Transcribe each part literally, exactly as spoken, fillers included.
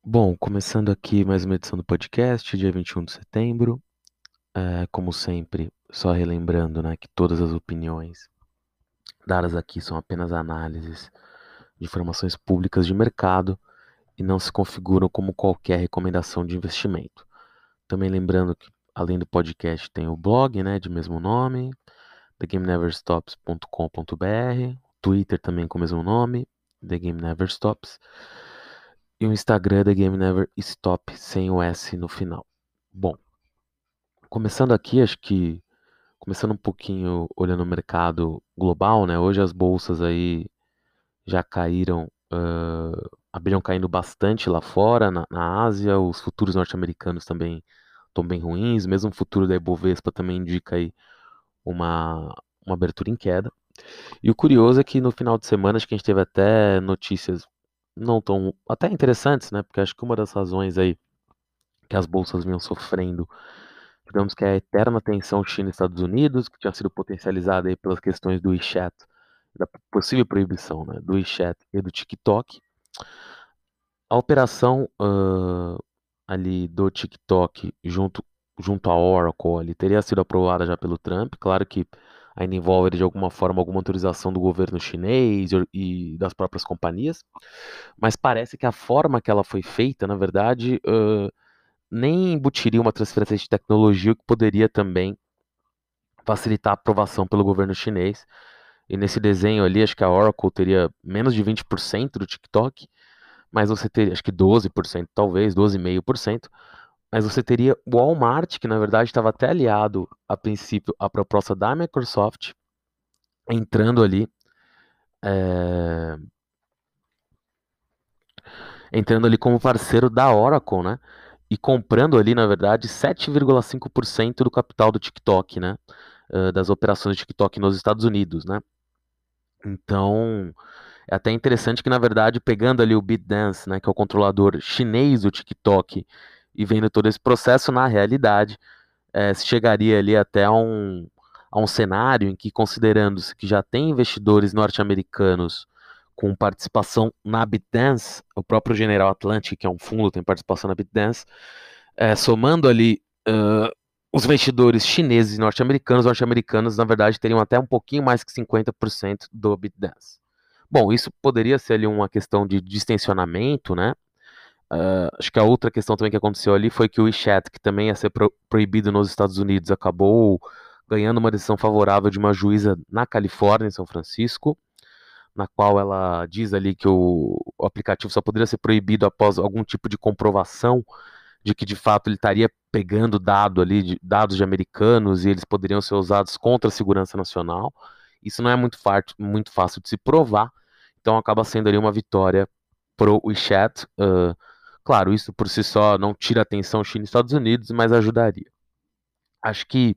Bom, começando aqui mais uma edição do podcast, dia vinte e um de setembro. É, como sempre, só relembrando, né, que todas as opiniões dadas aqui são apenas análises de informações públicas de mercado e não se configuram como qualquer recomendação de investimento. Também lembrando que, além do podcast, tem o blog, né, de mesmo nome, the game never stops ponto com ponto b r, Twitter também com o mesmo nome, The Game Never Stops, e o Instagram, The Game Never Stop, sem o S no final. Bom, começando aqui, acho que começando um pouquinho olhando o mercado global, né? Hoje as bolsas aí já caíram, uh, abriram caindo bastante lá fora, na, na Ásia, os futuros norte-americanos também estão bem ruins, mesmo o futuro da Ibovespa também indica aí uma, uma abertura em queda. E o curioso é que no final de semana acho que a gente teve até notícias não tão, até interessantes, né? Porque acho que uma das razões aí que as bolsas vinham sofrendo, digamos que é a eterna tensão China e Estados Unidos, que tinha sido potencializada aí pelas questões do WeChat, da possível proibição, né, do WeChat e do TikTok. A operação ah, ali do TikTok junto, junto à Oracle ali, teria sido aprovada já pelo Trump. Claro que ainda envolve de alguma forma alguma autorização do governo chinês e, e das próprias companhias, mas parece que a forma que ela foi feita, na verdade, ah, nem embutiria uma transferência de tecnologia, o que poderia também facilitar a aprovação pelo governo chinês. E nesse desenho ali, acho que a Oracle teria menos de vinte por cento do TikTok, mas você teria, acho que doze por cento, talvez, doze vírgula cinco por cento, mas você teria o Walmart, que na verdade estava até aliado, a princípio, à proposta da Microsoft, entrando ali, é, entrando ali como parceiro da Oracle, né? E comprando ali, na verdade, sete vírgula cinco por cento do capital do TikTok, né? eh, Das operações do TikTok nos Estados Unidos, né? Então, é até interessante que, na verdade, pegando ali o ByteDance, né, que é o controlador chinês do TikTok, e vendo todo esse processo, na realidade, eh, se chegaria ali até a um, a um cenário em que, considerando-se que já tem investidores norte-americanos com participação na ByteDance, o próprio General Atlantic, que é um fundo, tem participação na ByteDance, eh, somando ali uh, os investidores chineses e norte-americanos, norte-americanos, na verdade, teriam até um pouquinho mais que cinquenta por cento do ByteDance. Bom, isso poderia ser ali uma questão de distensionamento, né? Uh, acho que a outra questão também que aconteceu ali foi que o WeChat, que também ia ser pro proibido nos Estados Unidos, acabou ganhando uma decisão favorável de uma juíza na Califórnia, em São Francisco, na qual ela diz ali que o, o aplicativo só poderia ser proibido após algum tipo de comprovação de que de fato ele estaria pegando dado ali, de, dados de americanos e eles poderiam ser usados contra a segurança nacional. Isso não é muito, muito fácil de se provar, então acaba sendo ali uma vitória pro WeChat. Uh, claro, isso por si só não tira a atenção China e Estados Unidos, mas ajudaria. Acho que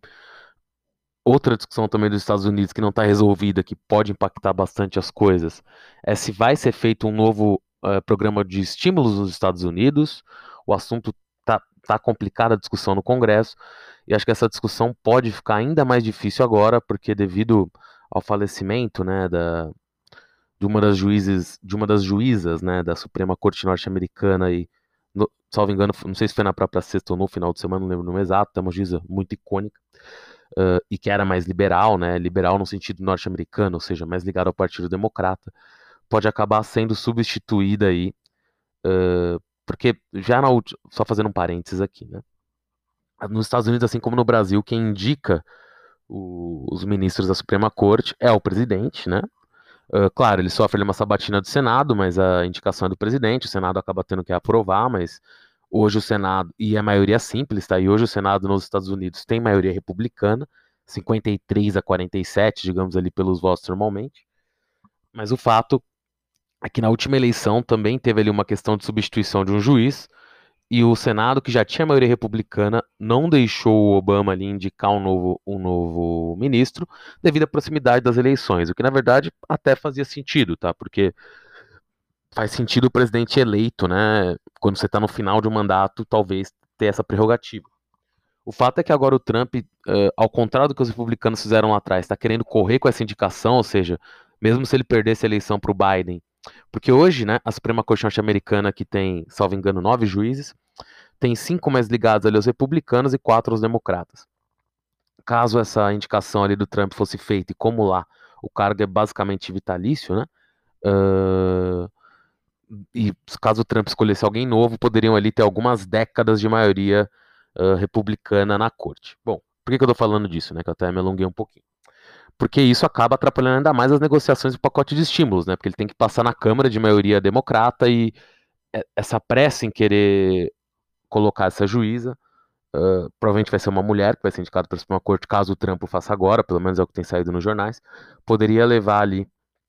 outra discussão também dos Estados Unidos que não está resolvida, que pode impactar bastante as coisas, é se vai ser feito um novo uh, programa de estímulos nos Estados Unidos. O assunto está tá complicada a discussão no Congresso, e acho que essa discussão pode ficar ainda mais difícil agora, porque devido ao falecimento, né, da, de uma das juízes, de uma das juízas, né, da Suprema Corte norte-americana e no, salvo engano, não sei se foi na própria sexta ou no final de semana, não lembro o nome exato, é uma juíza muito icônica, uh, e que era mais liberal, né, liberal no sentido norte-americano, ou seja, mais ligado ao Partido Democrata, pode acabar sendo substituída aí, uh, porque já na última, só fazendo um parênteses aqui, né, nos Estados Unidos, assim como no Brasil, quem indica o, os ministros da Suprema Corte é o presidente, né, uh, claro, ele sofre ali uma sabatina do Senado, mas a indicação é do presidente, o Senado acaba tendo que aprovar, mas hoje o Senado, e é maioria simples, tá? E hoje o Senado nos Estados Unidos tem maioria republicana, cinquenta e três a quarenta e sete, digamos ali, pelos votos normalmente. Mas o fato é que na última eleição também teve ali uma questão de substituição de um juiz, e o Senado, que já tinha maioria republicana, não deixou o Obama ali indicar um novo, um novo ministro, devido à proximidade das eleições, o que na verdade até fazia sentido, tá? Porque faz sentido o presidente eleito, né? Quando você está no final de um mandato, talvez ter essa prerrogativa. O fato é que agora o Trump, uh, ao contrário do que os republicanos fizeram lá atrás, está querendo correr com essa indicação, ou seja, mesmo se ele perdesse a eleição para o Biden, Porque hoje, né, a Suprema Corte norte-americana, que tem, salvo engano, nove juízes, tem cinco mais ligados ali aos republicanos e quatro aos democratas. Caso essa indicação ali do Trump fosse feita, e como lá o cargo é basicamente vitalício, né? Uh, e caso o Trump escolhesse alguém novo, poderiam ali ter algumas décadas de maioria uh, republicana na corte. Bom, por que, que eu tô falando disso, né? Que eu até me alonguei um pouquinho. Porque isso acaba atrapalhando ainda mais as negociações do pacote de estímulos, né? Porque ele tem que passar na Câmara de maioria democrata e essa pressa em querer colocar essa juíza, uh, provavelmente vai ser uma mulher que vai ser indicada para a Suprema Corte, caso o Trump o faça agora, pelo menos é o que tem saído nos jornais, poderia levar ali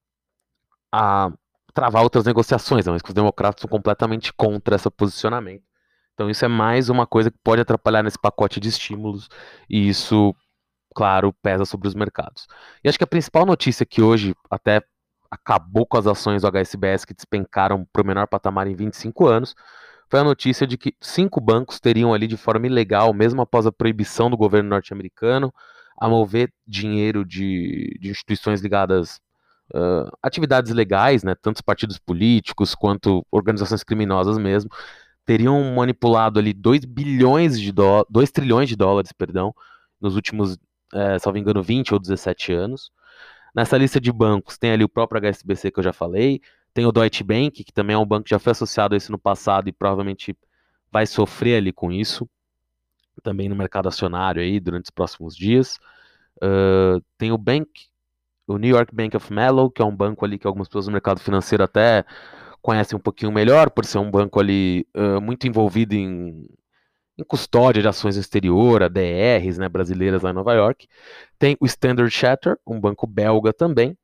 a travar outras negociações, né? Mas que os democratas são completamente contra esse posicionamento. Então isso é mais uma coisa que pode atrapalhar nesse pacote de estímulos, e isso, claro, pesa sobre os mercados. E acho que a principal notícia que hoje até acabou com as ações do H S B C que despencaram para o menor patamar em vinte e cinco anos, foi a notícia de que cinco bancos teriam ali de forma ilegal, mesmo após a proibição do governo norte-americano, a mover dinheiro de, de instituições ligadas a uh, atividades legais, né, tanto partidos políticos quanto organizações criminosas mesmo, teriam manipulado ali dois bilhões de dólares, dois trilhões de dólares, perdão, nos últimos, é, salvo engano, vinte ou dezessete anos. Nessa lista de bancos tem ali o próprio H S B C que eu já falei, tem o Deutsche Bank, que também é um banco que já foi associado a isso no passado e provavelmente vai sofrer ali com isso, também no mercado acionário aí durante os próximos dias. Uh, tem o Bank, o New York Bank of Mellon, que é um banco ali que algumas pessoas do mercado financeiro até conhecem um pouquinho melhor, por ser um banco ali uh, muito envolvido em, em custódia de ações no exterior, A D Rs, né, brasileiras lá em Nova York. Tem o Standard Chartered, um banco belga também.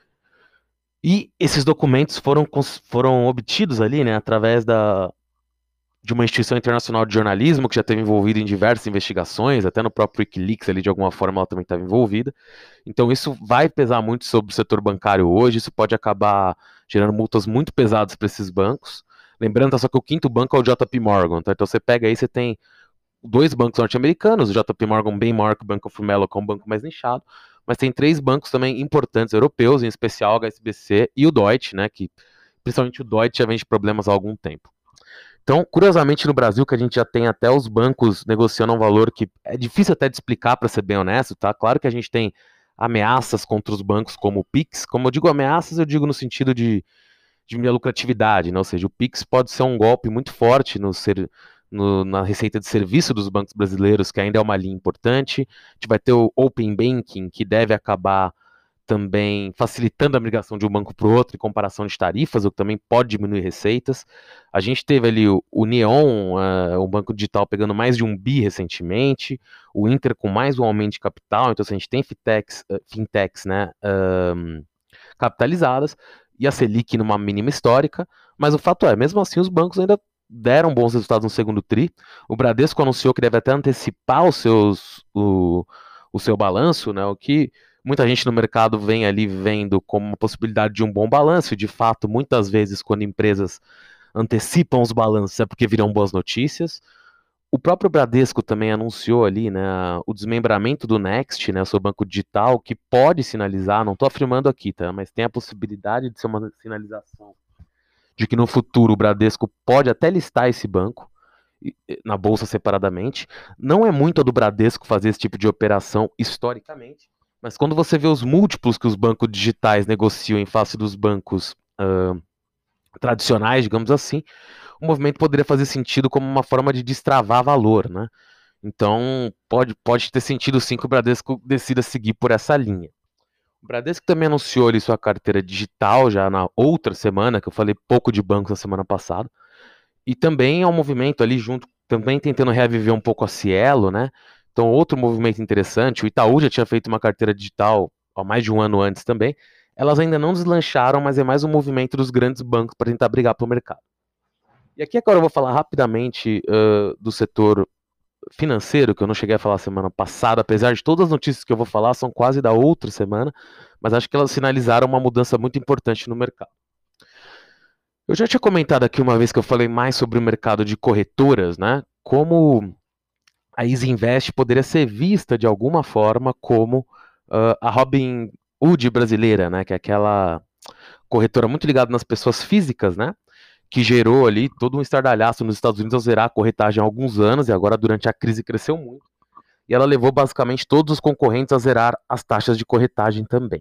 E esses documentos foram, foram obtidos ali, né, através da, de uma instituição internacional de jornalismo que já esteve envolvida em diversas investigações, até no próprio Wikileaks ali de alguma forma ela também estava envolvida. Então isso vai pesar muito sobre o setor bancário hoje, isso pode acabar gerando multas muito pesadas para esses bancos. Lembrando tá, só que o quinto banco é o J P Morgan, tá? Então você pega aí, você tem dois bancos norte-americanos, o J P Morgan bem maior que o Bank of Mellon, que é um banco mais nichado, mas tem três bancos também importantes europeus, em especial o H S B C e o Deutsche, né, que principalmente o Deutsche já vem de problemas há algum tempo. Então, curiosamente, no Brasil, que a gente já tem até os bancos negociando um valor que é difícil até de explicar, para ser bem honesto, tá? Claro que a gente tem ameaças contra os bancos como o Pix. Como eu digo ameaças, eu digo no sentido de diminuir a lucratividade, né? Ou seja, o Pix pode ser um golpe muito forte no ser, no, na receita de serviço dos bancos brasileiros, que ainda é uma linha importante. A gente vai ter o Open Banking, que deve acabar também facilitando a migração de um banco para o outro em comparação de tarifas, o que também pode diminuir receitas. A gente teve ali o, o Neon, uh, um banco digital pegando mais de um bi recentemente, o Inter com mais um aumento de capital, então se a gente tem fintechs, uh, fintechs né, um, capitalizadas, e a Selic numa mínima histórica, mas o fato é, mesmo assim os bancos ainda deram bons resultados no segundo tri. O Bradesco anunciou que deve até antecipar os seus, o, o seu balanço, né, o que muita gente no mercado vem ali vendo como uma possibilidade de um bom balanço, e de fato, muitas vezes, quando empresas antecipam os balanços, é porque virão boas notícias. O próprio Bradesco também anunciou ali, né, o desmembramento do Next, né, o seu banco digital, que pode sinalizar, não estou afirmando aqui, tá, mas tem a possibilidade de ser uma sinalização de que no futuro o Bradesco pode até listar esse banco na bolsa separadamente. Não é muito a do Bradesco fazer esse tipo de operação historicamente, mas quando você vê os múltiplos que os bancos digitais negociam em face dos bancos uh, tradicionais, digamos assim, o movimento poderia fazer sentido como uma forma de destravar valor, né? Então, pode, pode ter sentido sim que o Bradesco decida seguir por essa linha. O Bradesco também anunciou ali sua carteira digital já na outra semana, que eu falei pouco de bancos na semana passada, e também é um movimento ali junto, também tentando reviver um pouco a Cielo, né? Então, outro movimento interessante, o Itaú já tinha feito uma carteira digital há mais de um ano antes também. Elas ainda não deslancharam, mas é mais um movimento dos grandes bancos para tentar brigar pelo mercado. E aqui agora eu vou falar rapidamente uh, do setor financeiro, que eu não cheguei a falar semana passada, apesar de todas as notícias que eu vou falar são quase da outra semana, mas acho que elas sinalizaram uma mudança muito importante no mercado. Eu já tinha comentado aqui uma vez que eu falei mais sobre o mercado de corretoras, né? Como a Easy Invest poderia ser vista de alguma forma como uh, a Robin Hood brasileira, né? Que é aquela corretora muito ligada nas pessoas físicas, né? Que gerou ali todo um estardalhaço nos Estados Unidos ao zerar a corretagem há alguns anos, e agora durante a crise cresceu muito. E ela levou basicamente todos os concorrentes a zerar as taxas de corretagem também.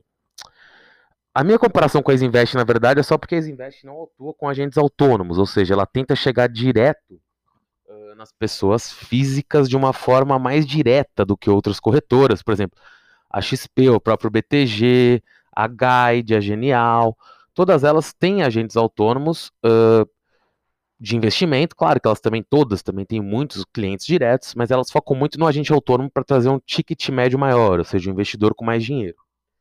A minha comparação com a Isinvest, na verdade, é só porque a Isinvest não atua com agentes autônomos, ou seja, ela tenta chegar direto uh, nas pessoas físicas de uma forma mais direta do que outras corretoras. Por exemplo, a X P, o próprio B T G, a Guide, a Genial, todas elas têm agentes autônomos uh, de investimento. Claro que elas também, todas, também têm muitos clientes diretos, mas elas focam muito no agente autônomo para trazer um ticket médio maior, ou seja, um investidor com mais dinheiro.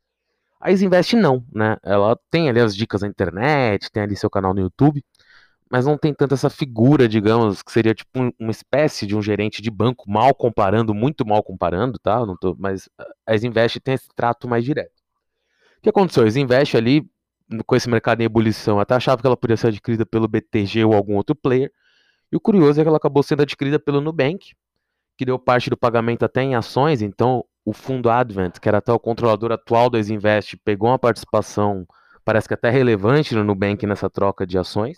A Isinvest não, né? Ela tem ali as dicas na internet, tem ali seu canal no YouTube, mas não tem tanto essa figura, digamos, que seria tipo um, uma espécie de um gerente de banco, mal comparando, muito mal comparando, tá? Não tô, mas a Isinvest tem esse trato mais direto. O que aconteceu? A Isinvest ali, com esse mercado em ebulição, até achava que ela podia ser adquirida pelo B T G ou algum outro player, e o curioso é que ela acabou sendo adquirida pelo Nubank, que deu parte do pagamento até em ações. Então o fundo Advent, que era até o controlador atual da Isinvest, pegou uma participação, parece que até relevante no Nubank nessa troca de ações.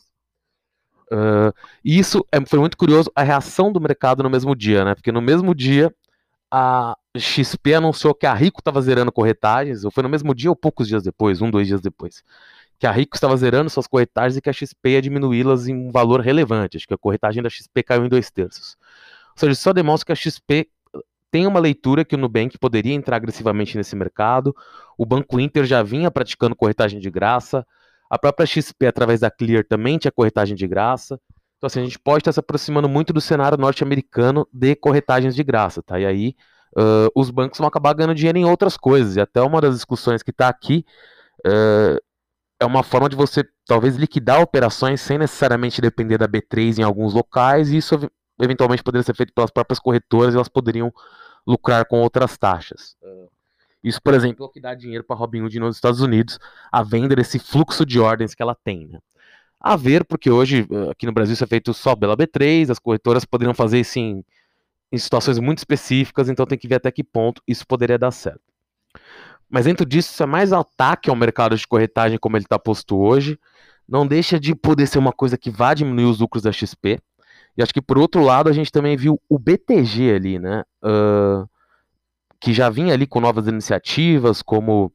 Uh, e isso é, foi muito curioso, a reação do mercado no mesmo dia, né? Porque no mesmo dia a X P anunciou que a Rico estava zerando corretagens, ou foi no mesmo dia ou poucos dias depois, um, dois dias depois, que a Rico estava zerando suas corretagens e que a X P ia diminuí-las em um valor relevante. Acho que a corretagem da X P caiu em dois terços. Ou seja, só demonstra que a X P tem uma leitura que o Nubank poderia entrar agressivamente nesse mercado. O Banco Inter já vinha praticando corretagem de graça. A própria X P, através da Clear, também tinha corretagem de graça. Então, assim, a gente pode estar se aproximando muito do cenário norte-americano de corretagens de graça, tá? E aí, uh, os bancos vão acabar ganhando dinheiro em outras coisas. E até uma das discussões que está aqui uh, é uma forma de você, talvez, liquidar operações sem necessariamente depender da B três em alguns locais, e isso eventualmente poderia ser feito pelas próprias corretoras, e elas poderiam lucrar com outras taxas. Isso, por exemplo, é o que dá dinheiro para a Robinhood nos Estados Unidos, a venda desse fluxo de ordens que ela tem, né? A ver, porque hoje, aqui no Brasil, isso é feito só pela B três, as corretoras poderiam fazer isso em, em situações muito específicas, então tem que ver até que ponto isso poderia dar certo. Mas dentro disso, isso é mais ataque ao mercado de corretagem como ele está posto hoje, não deixa de poder ser uma coisa que vá diminuir os lucros da X P. E acho que, por outro lado, a gente também viu o B T G ali, né? Uh, que já vinha ali com novas iniciativas, como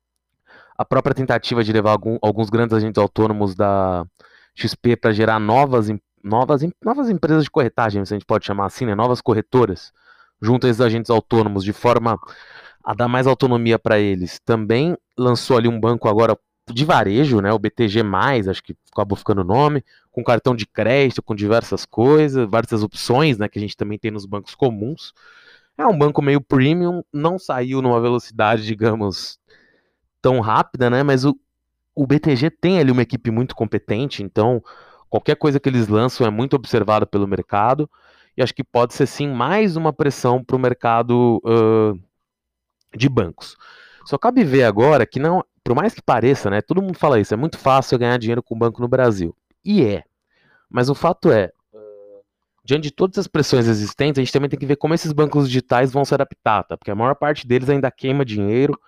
a própria tentativa de levar algum, alguns grandes agentes autônomos da X P para gerar novas, novas, novas empresas de corretagem, se a gente pode chamar assim, né? Novas corretoras, junto a esses agentes autônomos, de forma a dar mais autonomia para eles. Também lançou ali um banco agora de varejo, né? O B T G mais, acho que acabou ficando o nome, com cartão de crédito, com diversas coisas, várias opções, né, que a gente também tem nos bancos comuns. É um banco meio premium, não saiu numa velocidade, digamos, tão rápida, né, mas o, o B T G tem ali uma equipe muito competente, então qualquer coisa que eles lançam é muito observada pelo mercado, e acho que pode ser sim mais uma pressão para o mercado uh, de bancos. Só cabe ver agora que não, por mais que pareça, né, todo mundo fala isso, é muito fácil ganhar dinheiro com banco no Brasil. E é. Mas o fato é, uh, diante de todas as pressões existentes, a gente também tem que ver como esses bancos digitais vão se adaptar, tá? Porque a maior parte deles ainda queima dinheiro,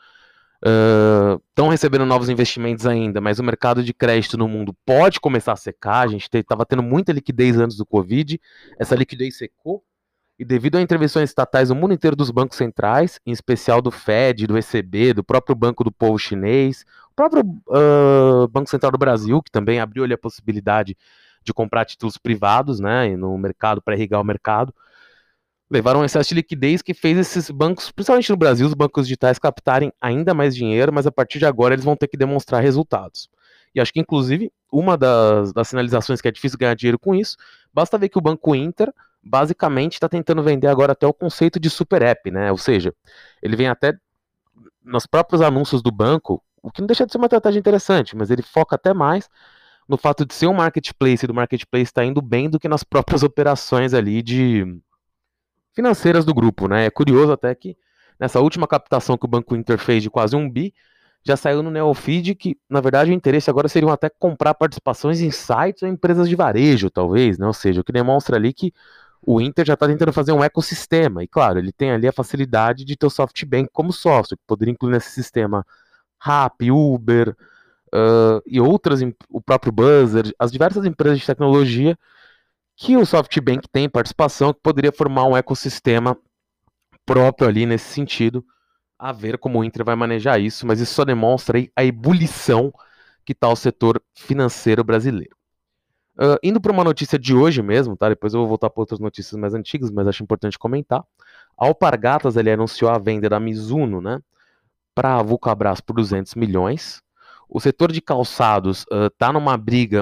estão uh, recebendo novos investimentos ainda, mas o mercado de crédito no mundo pode começar a secar. A gente estava tendo muita liquidez antes do Covid, essa liquidez secou, e devido a intervenções estatais no mundo inteiro dos bancos centrais, em especial do Fed, do E C B, do próprio Banco do Povo Chinês, o próprio uh, Banco Central do Brasil, que também abriu ali a possibilidade de comprar títulos privados, né, no mercado, para irrigar o mercado, levaram um excesso de liquidez que fez esses bancos, principalmente no Brasil, os bancos digitais captarem ainda mais dinheiro, mas a partir de agora eles vão ter que demonstrar resultados. E acho que, inclusive, uma das, das sinalizações que é difícil ganhar dinheiro com isso, basta ver que o Banco Inter, basicamente, está tentando vender agora até o conceito de super app, né? Ou seja, ele vem até nos próprios anúncios do banco, o que não deixa de ser uma estratégia interessante, mas ele foca até mais no fato de ser um marketplace e do marketplace estar indo bem do que nas próprias operações ali de financeiras do grupo, né? É curioso até que nessa última captação que o Banco Inter fez de quase um bi, já saiu no Neofeed que, na verdade, o interesse agora seria até comprar participações em sites ou empresas de varejo, talvez, né? Ou seja, o que demonstra ali que o Inter já está tentando fazer um ecossistema. E, claro, ele tem ali a facilidade de ter o SoftBank como sócio, que poderia incluir nesse sistema Rappi, Uber, uh, e outras, o próprio Buzzer, as diversas empresas de tecnologia que o SoftBank tem participação, que poderia formar um ecossistema próprio ali nesse sentido, a ver como o Inter vai manejar isso, mas isso só demonstra aí a ebulição que está o setor financeiro brasileiro. Uh, indo para uma notícia de hoje mesmo, tá? Depois eu vou voltar para outras notícias mais antigas, mas acho importante comentar. A Alpargatas ele anunciou a venda da Mizuno, né, para a Vulcabras por duzentos milhões. O setor de calçados está uh, numa briga,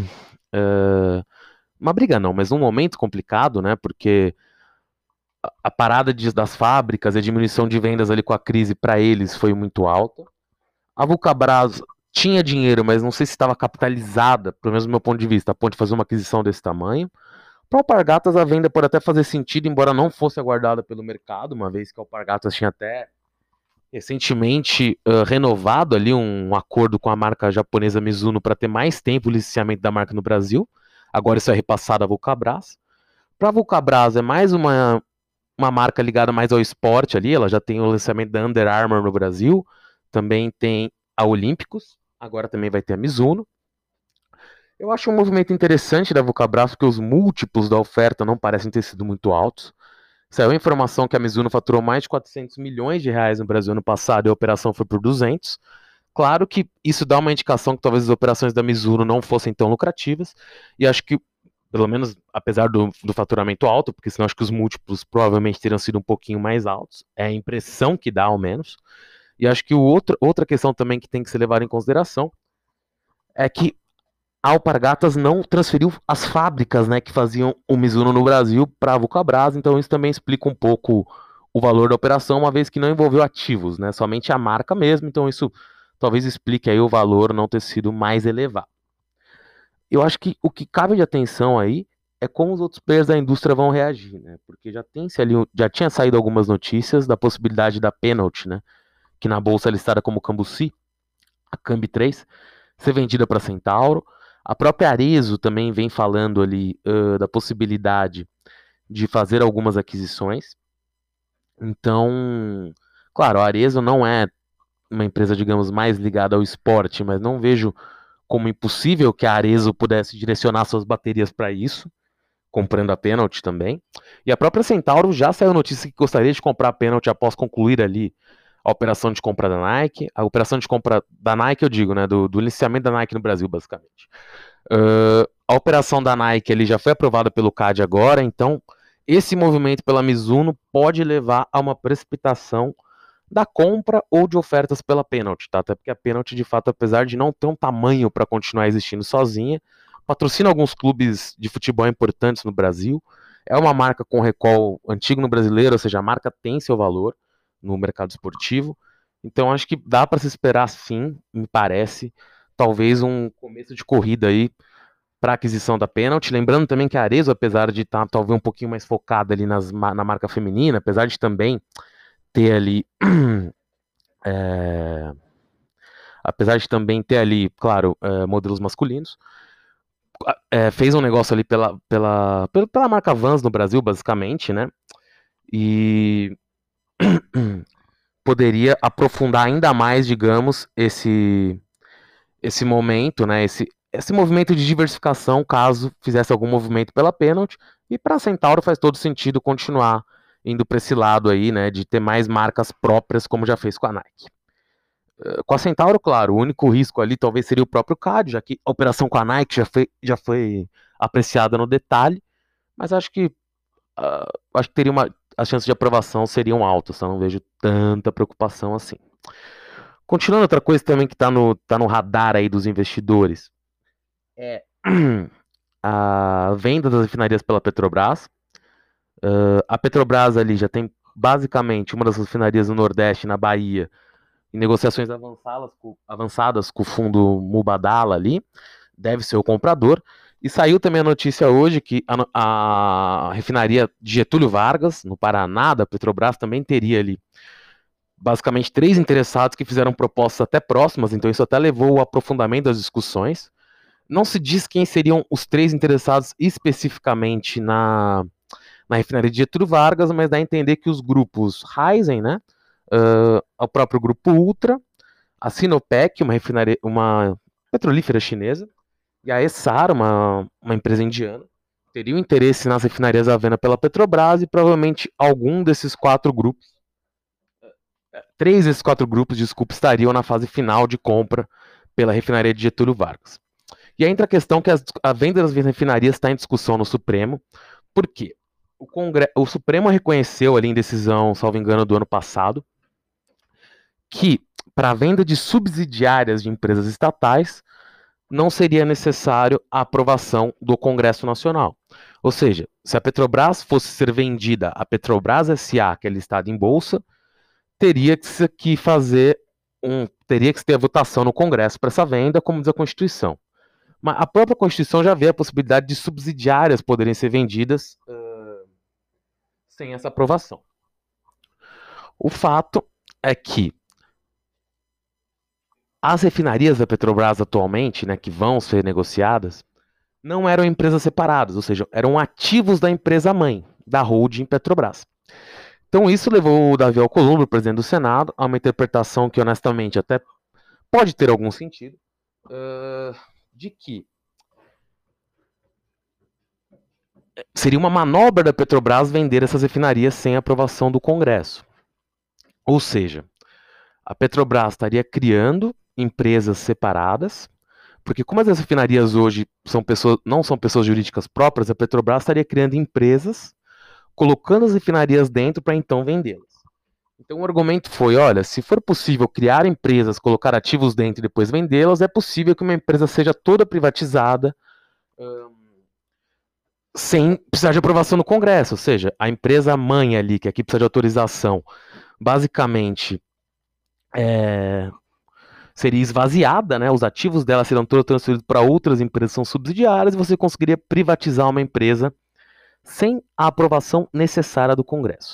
uh, uma briga não, mas um momento complicado, né, porque a, a parada de, das fábricas e a diminuição de vendas ali com a crise para eles foi muito alta. A Vulcabras tinha dinheiro, mas não sei se estava capitalizada, pelo menos do meu ponto de vista, a ponto de fazer uma aquisição desse tamanho. Para o Alpargatas, a venda pode até fazer sentido, embora não fosse aguardada pelo mercado, uma vez que o Alpargatas tinha até recentemente uh, renovado ali um acordo com a marca japonesa Mizuno para ter mais tempo o licenciamento da marca no Brasil. Agora isso é repassado à Vulcabras. Para a Vulcabras é mais uma, uma marca ligada mais ao esporte ali, ela já tem o licenciamento da Under Armour no Brasil, também tem a Olímpicos, agora também vai ter a Mizuno. Eu acho um movimento interessante da Vulcabras, porque os múltiplos da oferta não parecem ter sido muito altos. Saiu a informação que a Mizuno faturou mais de quatrocentos milhões de reais no Brasil ano passado e a operação foi por duzentos. Claro que isso dá uma indicação que talvez as operações da Mizuno não fossem tão lucrativas, e acho que, pelo menos apesar do, do faturamento alto, porque senão acho que os múltiplos provavelmente teriam sido um pouquinho mais altos, é a impressão que dá ao menos. E acho que o outro, outra questão também que tem que ser levada em consideração é que a Alpargatas não transferiu as fábricas, né, que faziam o Mizuno no Brasil para a Vulcabras, então isso também explica um pouco o valor da operação, uma vez que não envolveu ativos, né, somente a marca mesmo, então isso talvez explique aí o valor não ter sido mais elevado. Eu acho que o que cabe de atenção aí é como os outros players da indústria vão reagir, né, porque já, tem ali, já tinha saído algumas notícias da possibilidade da Penalty, né, que na bolsa é listada como Cambuci, a Cambi três, ser vendida para Centauro. A própria Arezzo também vem falando ali uh, da possibilidade de fazer algumas aquisições. Então, claro, a Arezzo não é uma empresa, digamos, mais ligada ao esporte, mas não vejo como impossível que a Arezzo pudesse direcionar suas baterias para isso, comprando a Penalty também. E a própria Centauro já saiu notícia que gostaria de comprar a Penalty após concluir ali a operação de compra da Nike. A operação de compra da Nike, eu digo, né, do, do licenciamento da Nike no Brasil, basicamente. Uh, a operação da Nike ele já foi aprovada pelo C A D agora, então esse movimento pela Mizuno pode levar a uma precipitação da compra ou de ofertas pela Penalty, tá? Até porque a Penalty, de fato, apesar de não ter um tamanho para continuar existindo sozinha, patrocina alguns clubes de futebol importantes no Brasil, é uma marca com recall antigo no brasileiro, ou seja, a marca tem seu valor no mercado esportivo, então acho que dá para se esperar sim, me parece, talvez um começo de corrida aí para aquisição da Penalty. Lembrando também que a Arezzo, apesar de estar tá, talvez um pouquinho mais focada ali nas, na marca feminina, apesar de também ter ali é, apesar de também ter ali, claro, é, modelos masculinos, é, fez um negócio ali pela, pela, pela, pela marca Vans no Brasil, basicamente, né? E poderia aprofundar ainda mais, digamos, esse esse momento, né, esse, esse movimento de diversificação, caso fizesse algum movimento pela Penalty, e para a Centauro faz todo sentido continuar indo para esse lado aí, né, de ter mais marcas próprias, como já fez com a Nike. Uh, com a Centauro, claro, o único risco ali talvez seria o próprio C A D, já que a operação com a Nike já foi, já foi apreciada no detalhe, mas acho que uh, acho que teria uma, as chances de aprovação seriam altas, eu não vejo tanta preocupação assim. Continuando, outra coisa também que está no, tá no radar aí dos investidores é a venda das refinarias pela Petrobras. Uh, a Petrobras ali já tem basicamente uma das refinarias no Nordeste, na Bahia, em negociações avançadas com, avançadas com o fundo Mubadala ali, deve ser o comprador. E saiu também a notícia hoje que a, a refinaria de Getúlio Vargas, no Paraná, da Petrobras, também teria ali basicamente três interessados que fizeram propostas até próximas, então isso até levou ao aprofundamento das discussões. Não se diz quem seriam os três interessados especificamente na, na refinaria de Getúlio Vargas, mas dá a entender que os grupos Raizen, né, uh, o próprio grupo Ultra, a Sinopec, uma refinaria, uma petrolífera chinesa, e a Essar, uma, uma empresa indiana, teriam interesse nas refinarias à venda pela Petrobras e provavelmente algum desses quatro grupos, três desses quatro grupos, desculpa, estariam na fase final de compra pela refinaria de Getúlio Vargas. E aí entra a questão que as, a venda das refinarias está em discussão no Supremo. Por quê? O, Congre... o Supremo reconheceu ali em decisão, salvo engano, do ano passado, que para a venda de subsidiárias de empresas estatais não seria necessário a aprovação do Congresso Nacional. Ou seja, se a Petrobras fosse ser vendida a Petrobras S A, que é listada em bolsa, teria que fazer um, teria que ter a votação no Congresso para essa venda, como diz a Constituição. Mas a própria Constituição já vê a possibilidade de subsidiárias poderem ser vendidas uh, sem essa aprovação. O fato é que as refinarias da Petrobras atualmente, né, que vão ser negociadas, não eram empresas separadas, ou seja, eram ativos da empresa-mãe, da holding Petrobras. Então isso levou o Davi Alcolumbre, presidente do Senado, a uma interpretação que honestamente até pode ter algum sentido, uh, de que seria uma manobra da Petrobras vender essas refinarias sem aprovação do Congresso. Ou seja, a Petrobras estaria criando empresas separadas, porque como as refinarias hoje são pessoas, não são pessoas jurídicas próprias, a Petrobras estaria criando empresas, colocando as refinarias dentro para então vendê-las. Então o argumento foi, olha, se for possível criar empresas, colocar ativos dentro e depois vendê-las, é possível que uma empresa seja toda privatizada, hum, sem precisar de aprovação no Congresso, ou seja, a empresa mãe ali, que aqui precisa de autorização, basicamente é, seria esvaziada, né? Os ativos dela serão todos transferidos para outras empresas que são subsidiárias e você conseguiria privatizar uma empresa sem a aprovação necessária do Congresso.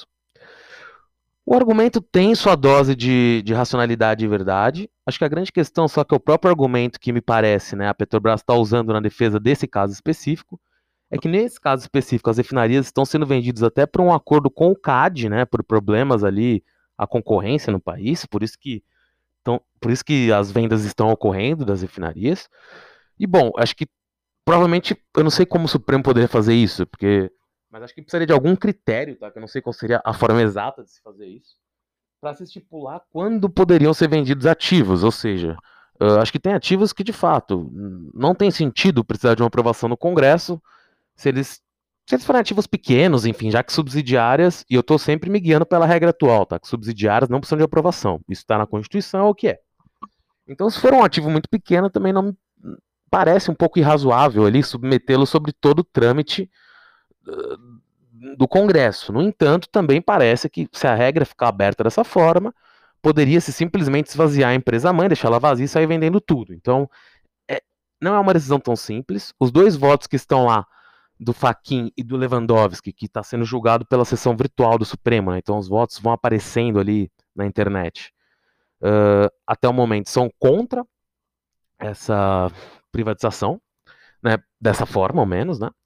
O argumento tem sua dose de, de racionalidade e verdade. Acho que a grande questão só que é o próprio argumento que me parece, né, a Petrobras está usando na defesa desse caso específico, é que nesse caso específico as refinarias estão sendo vendidas até por um acordo com o C A D, né, por problemas ali, a concorrência no país, por isso que, tão, por isso que as vendas estão ocorrendo das refinarias. E bom, acho que provavelmente, eu não sei como o Supremo poderia fazer isso, porque, mas acho que precisaria de algum critério, tá, que eu não sei qual seria a forma exata de se fazer isso, para se estipular quando poderiam ser vendidos ativos, ou seja, uh, acho que tem ativos que de fato não tem sentido precisar de uma aprovação no Congresso, se eles, se eles forem ativos pequenos, enfim, já que subsidiárias, e eu estou sempre me guiando pela regra atual, tá? Que subsidiárias não precisam de aprovação. Isso está na Constituição, é o que é. Então, se for um ativo muito pequeno, também não me parece um pouco irrazoável ali submetê-lo sobre todo o trâmite uh, do Congresso. No entanto, também parece que, se a regra ficar aberta dessa forma, poderia-se simplesmente esvaziar a empresa-mãe, deixar ela vazia e sair vendendo tudo. Então, é, não é uma decisão tão simples. Os dois votos que estão lá, do Fachin e do Lewandowski, que está sendo julgado pela sessão virtual do Supremo, né? Então os votos vão aparecendo ali na internet. Uh, até o momento são contra essa privatização, né? Dessa forma, ao menos, né?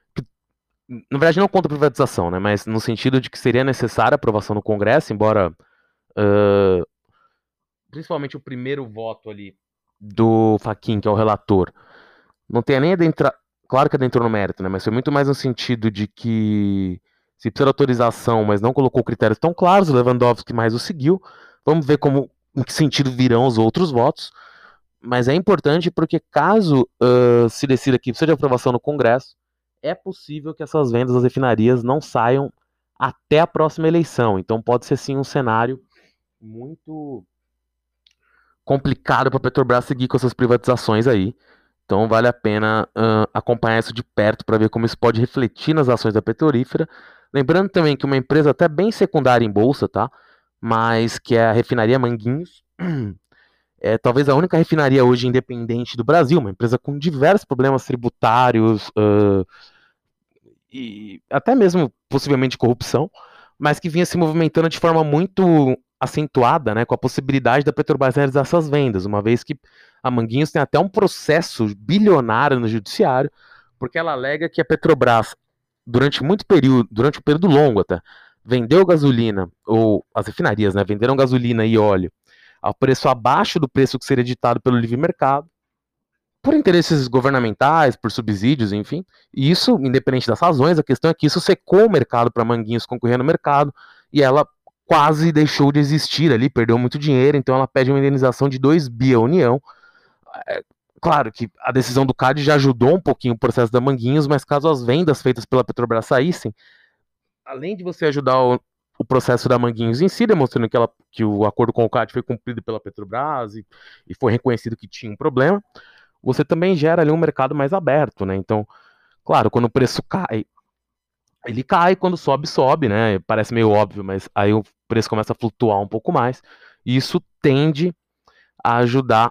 Na verdade, não contra a privatização, né? Mas no sentido de que seria necessária a aprovação no Congresso, embora uh, principalmente o primeiro voto ali do Fachin, que é o relator, não tenha nem adentrado. Claro que adentrou no mérito, né? Mas foi muito mais no sentido de que se precisa de autorização, mas não colocou critérios tão claros, o Lewandowski mais o seguiu. Vamos ver como, em que sentido virão os outros votos. Mas é importante porque caso uh, se decida que precisa de aprovação no Congresso, é possível que essas vendas das refinarias não saiam até a próxima eleição. Então pode ser sim um cenário muito complicado para a Petrobras seguir com essas privatizações aí. Então vale a pena uh, acompanhar isso de perto para ver como isso pode refletir nas ações da petrolífera. Lembrando também que uma empresa até bem secundária em bolsa, tá? Mas que é a refinaria Manguinhos, é talvez a única refinaria hoje independente do Brasil, uma empresa com diversos problemas tributários uh, e até mesmo possivelmente corrupção, mas que vinha se movimentando de forma muito acentuada, né, com a possibilidade da Petrobras realizar essas vendas, uma vez que a Manguinhos tem até um processo bilionário no judiciário, porque ela alega que a Petrobras, durante muito período, durante um período longo até, vendeu gasolina, ou as refinarias, né, venderam gasolina e óleo ao preço abaixo do preço que seria ditado pelo livre mercado, por interesses governamentais, por subsídios, enfim. E isso, independente das razões, a questão é que isso secou o mercado para Manguinhos concorrer no mercado, e ela quase deixou de existir ali, perdeu muito dinheiro, então ela pede uma indenização de dois bi à União. É, claro que a decisão do C A D já ajudou um pouquinho o processo da Manguinhos, mas caso as vendas feitas pela Petrobras saíssem, além de você ajudar o, o processo da Manguinhos em si, demonstrando que, ela, que o acordo com o C A D foi cumprido pela Petrobras e, e foi reconhecido que tinha um problema, você também gera ali um mercado mais aberto, né? Então, claro, quando o preço cai, ele cai, quando sobe, sobe, né? Parece meio óbvio, mas aí o preço começa a flutuar um pouco mais, e isso tende a ajudar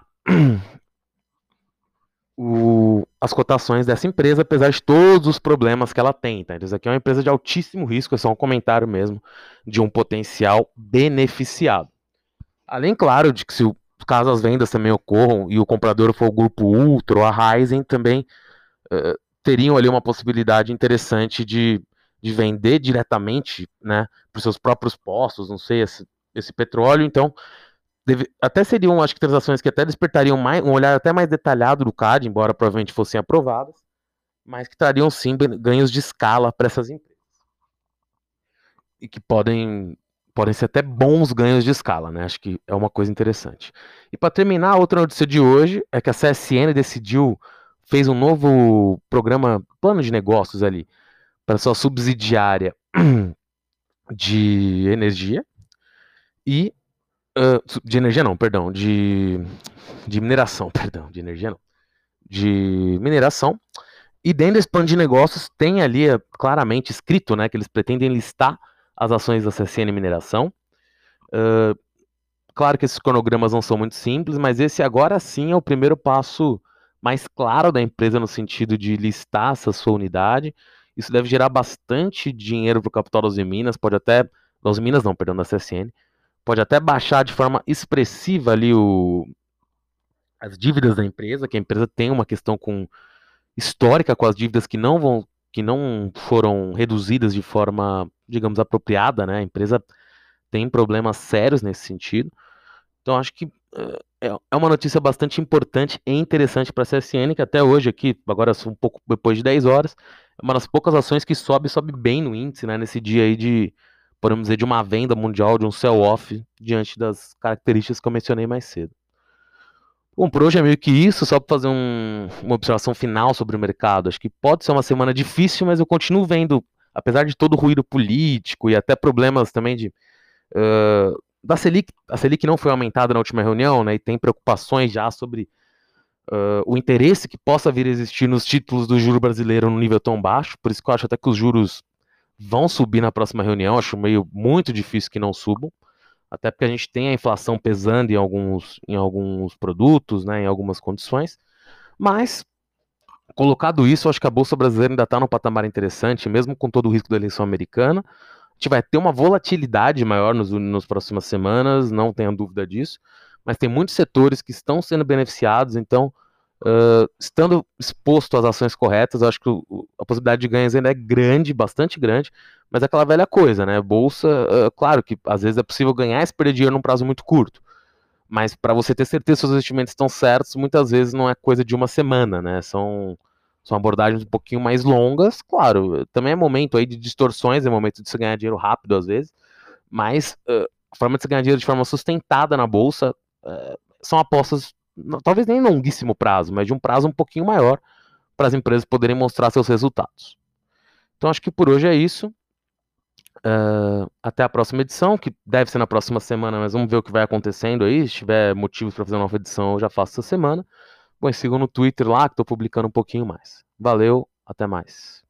o, as cotações dessa empresa, apesar de todos os problemas que ela tem, tá? Então, isso aqui é uma empresa de altíssimo risco, é só um comentário mesmo de um potencial beneficiado. Além, claro, de que se o caso as vendas também ocorram e o comprador for o grupo Ultra ou a Ryzen, também uh, teriam ali uma possibilidade interessante de, de vender diretamente, né, para os seus próprios postos, não sei, esse, esse petróleo. Então, deve, até seriam, acho que, transações que até despertariam mais, um olhar até mais detalhado do C A D, embora provavelmente fossem aprovadas, mas que trariam sim ganhos de escala para essas empresas. E que podem podem ser até bons ganhos de escala, né? Acho que é uma coisa interessante. E para terminar, a outra notícia de hoje é que a C S N decidiu, fez um novo programa, plano de negócios ali, para sua subsidiária de energia e uh, de energia não, perdão, de, de mineração, perdão, de energia não, de mineração. E dentro desse plano de negócios tem ali é, claramente escrito, né, que eles pretendem listar as ações da C S N Mineração. Uh, claro que esses cronogramas não são muito simples, mas esse agora sim é o primeiro passo mais claro da empresa no sentido de listar essa sua unidade. Isso deve gerar bastante dinheiro para o capital das Minas, pode até, das Minas não, perdão, da C S N, pode até baixar de forma expressiva ali o, as dívidas da empresa, que a empresa tem uma questão com histórica com as dívidas que não vão que não foram reduzidas de forma, digamos, apropriada, né? A empresa tem problemas sérios nesse sentido. Então, acho que uh, é uma notícia bastante importante e interessante para a C S N, que até hoje aqui, agora um pouco depois de dez horas, é uma das poucas ações que sobe, sobe bem no índice, né? Nesse dia aí de, podemos dizer, de uma venda mundial, de um sell-off, diante das características que eu mencionei mais cedo. Bom, por hoje é meio que isso, só para fazer um, uma observação final sobre o mercado. Acho que pode ser uma semana difícil, mas eu continuo vendo, apesar de todo o ruído político e até problemas também de uh, da Selic, a Selic não foi aumentada na última reunião, né, e tem preocupações já sobre uh, o interesse que possa vir a existir nos títulos do juro brasileiro num nível tão baixo, por isso que eu acho até que os juros vão subir na próxima reunião, acho meio muito difícil que não subam. Até porque a gente tem a inflação pesando em alguns, em alguns produtos, né, em algumas condições. Mas, colocado isso, eu acho que a Bolsa Brasileira ainda está num patamar interessante, mesmo com todo o risco da eleição americana. A gente vai ter uma volatilidade maior nos, nas próximas semanas, não tenha dúvida disso. Mas tem muitos setores que estão sendo beneficiados, então, uh, estando exposto às ações corretas, eu acho que o, a possibilidade de ganhos ainda é grande, bastante grande. Mas é aquela velha coisa, né? Bolsa, uh, claro que às vezes é possível ganhar e perder dinheiro num prazo muito curto. Mas para você ter certeza que seus investimentos estão certos, muitas vezes não é coisa de uma semana, né? São, são abordagens um pouquinho mais longas. Claro, também é momento aí de distorções, é momento de você ganhar dinheiro rápido às vezes. Mas uh, a forma de você ganhar dinheiro de forma sustentada na Bolsa uh, são apostas, talvez nem em longuíssimo prazo, mas de um prazo um pouquinho maior para as empresas poderem mostrar seus resultados. Então acho que por hoje é isso. Uh, até a próxima edição, que deve ser na próxima semana, mas vamos ver o que vai acontecendo aí. Se tiver motivos para fazer uma nova edição, eu já faço essa semana. Bom, sigam no Twitter lá, que estou publicando um pouquinho mais. Valeu, até mais.